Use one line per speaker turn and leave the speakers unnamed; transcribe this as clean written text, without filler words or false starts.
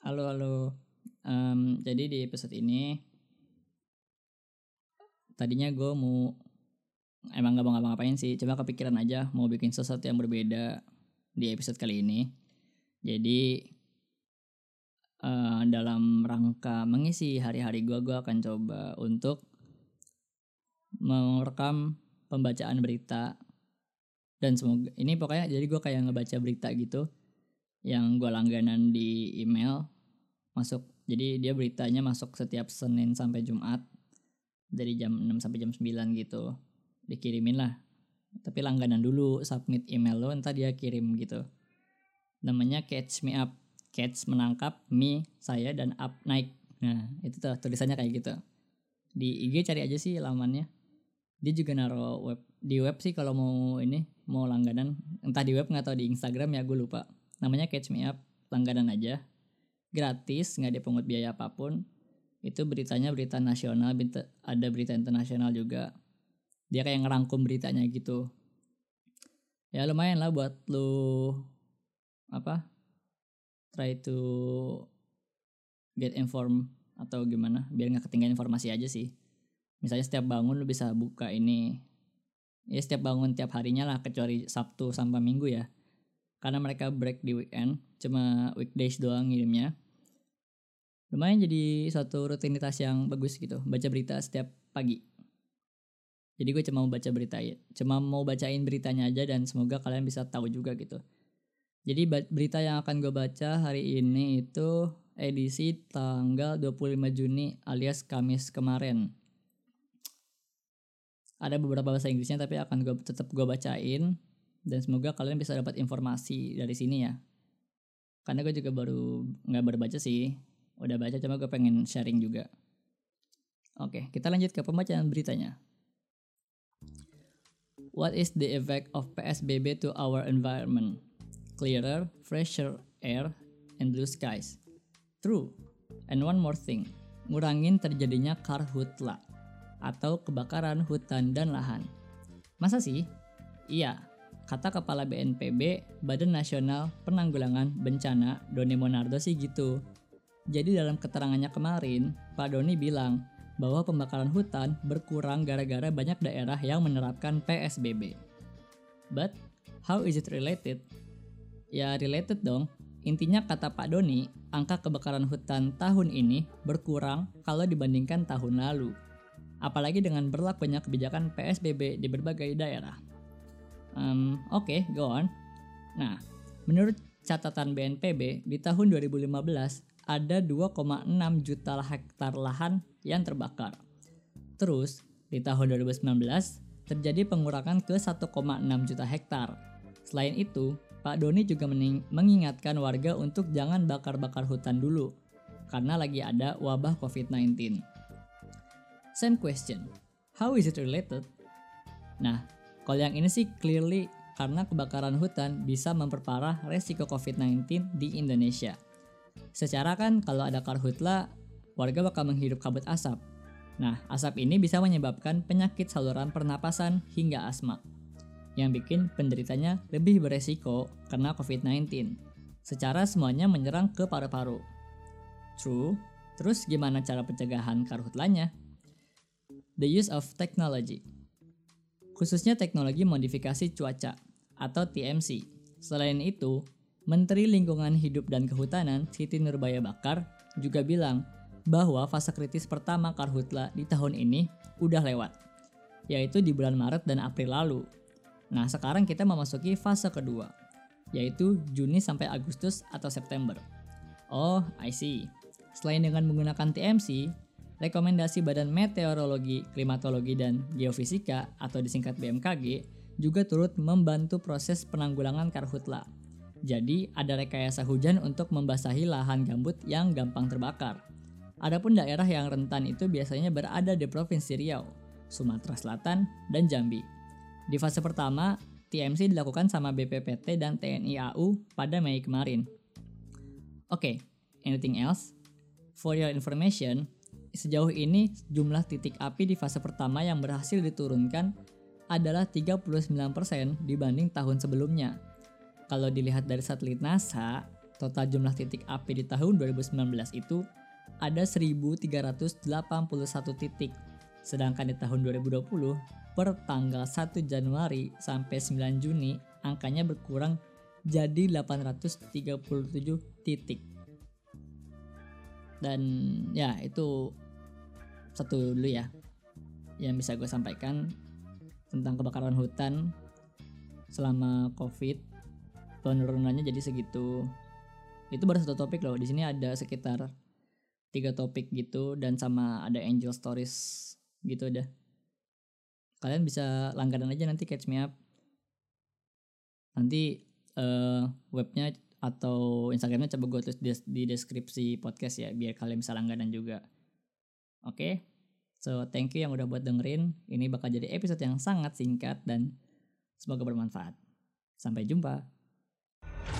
Halo, halo. Jadi di episode ini tadinya gue mau emang gak mau ngapa-ngapain sih, cuma kepikiran aja mau bikin sesuatu yang berbeda di episode kali ini. Jadi dalam rangka mengisi hari-hari gue akan coba untuk merekam pembacaan berita dan semoga ini pokoknya jadi gue kayak ngebaca berita gitu yang gue langganan di email masuk. Jadi dia beritanya masuk setiap Senin sampai Jumat dari jam 6 sampai jam 9 gitu. Dikirimin lah. Tapi langganan dulu, submit email lo, entar dia kirim gitu. Namanya Catch Me Up. Catch menangkap, me, saya, dan up naik. Nah, itu tuh tulisannya kayak gitu. Di IG cari aja sih lamannya. Dia juga naro web. Di web sih kalau mau langganan. Entah di web nggak tahu di Instagram ya, gue lupa. Namanya Catch Me Up, langganan aja. Gratis, nggak dipungut biaya apapun. Itu beritanya berita nasional, ada berita internasional juga. Dia kayak ngerangkum beritanya gitu. Ya lumayan lah buat lu try to get informed atau gimana, biar nggak ketinggalan informasi aja sih. Misalnya setiap bangun lu bisa buka ini. Ya setiap bangun tiap harinya lah, kecuali Sabtu sampai Minggu ya. Karena mereka break di weekend, cuma weekdays doang ngirimnya. Lumayan jadi suatu rutinitas yang bagus gitu, baca berita setiap pagi. Jadi gue cuma mau bacain beritanya aja dan semoga kalian bisa tahu juga gitu. Jadi berita yang akan gue baca hari ini itu edisi tanggal 25 Juni alias Kamis kemarin. Ada beberapa bahasa Inggrisnya tapi akan tetap gue bacain dan semoga kalian bisa dapat informasi dari sini ya. Karena gue juga nggak baru baca sih, udah baca cuma gue pengen sharing juga. Oke, kita lanjut ke pembacaan beritanya. What is the effect of PSBB to our environment? Clearer, fresher air, and blue skies. True. And one more thing, ngurangin terjadinya karhutla atau kebakaran hutan dan lahan. Masa sih? Iya, kata Kepala BNPB, Badan Nasional Penanggulangan Bencana, Doni Monardo sih gitu. Jadi dalam keterangannya kemarin, Pak Doni bilang bahwa pembakaran hutan berkurang gara-gara banyak daerah yang menerapkan PSBB. But, how is it related? Ya related dong. Intinya kata Pak Doni, angka kebakaran hutan tahun ini berkurang kalau dibandingkan tahun lalu. Apalagi dengan berlakunya kebijakan PSBB di berbagai daerah. Oke, go on. Nah, menurut catatan BNPB, di tahun 2015 ada 2,6 juta hektar lahan yang terbakar. Terus, di tahun 2019 terjadi pengurangan ke 1,6 juta hektar. Selain itu, Pak Doni juga mengingatkan warga untuk jangan bakar-bakar hutan dulu, karena lagi ada wabah COVID-19. Same question, how is it related? Nah, kalau yang ini sih clearly karena kebakaran hutan bisa memperparah resiko COVID-19 di Indonesia. Secara kan kalau ada karhutla, warga bakal menghirup kabut asap. Nah, asap ini bisa menyebabkan penyakit saluran pernapasan hingga asma, yang bikin penderitanya lebih beresiko kena COVID-19. Secara semuanya menyerang ke paru-paru. True. Terus gimana cara pencegahan karhutlanya? The use of technology. Khususnya teknologi modifikasi cuaca atau TMC. Selain itu, Menteri Lingkungan Hidup dan Kehutanan Siti Nurbaya Bakar juga bilang bahwa fase kritis pertama karhutla di tahun ini udah lewat, yaitu di bulan Maret dan April lalu. Nah, sekarang kita memasuki fase kedua, yaitu Juni sampai Agustus atau September. Oh, I see. Selain dengan menggunakan TMC, rekomendasi Badan Meteorologi, Klimatologi, dan Geofisika atau disingkat BMKG juga turut membantu proses penanggulangan karhutla. Jadi, ada rekayasa hujan untuk membasahi lahan gambut yang gampang terbakar. Adapun daerah yang rentan itu biasanya berada di Provinsi Riau, Sumatera Selatan, dan Jambi. Di fase pertama, TMC dilakukan sama BPPT dan TNI AU pada Mei kemarin. Oke, anything else? For your information, sejauh ini jumlah titik api di fase pertama yang berhasil diturunkan adalah 39% dibanding tahun sebelumnya. Kalau dilihat dari satelit NASA, total jumlah titik api di tahun 2019 itu ada 1.381 titik. Sedangkan di tahun 2020 per tanggal 1 Januari sampai 9 Juni angkanya berkurang jadi 837 titik. Dan ya itu satu dulu ya yang bisa gue sampaikan tentang kebakaran hutan selama COVID. Penurunannya jadi segitu. Itu baru satu topik loh. Di sini ada sekitar 3 topik gitu dan sama ada angel stories gitu dah. Kalian bisa langganan aja nanti Catch Me Up. Nanti webnya atau Instagramnya coba gue tulis di deskripsi podcast ya biar kalian bisa langganan juga. Oke. So thank you yang udah buat dengerin. Ini bakal jadi episode yang sangat singkat dan semoga bermanfaat. Sampai jumpa.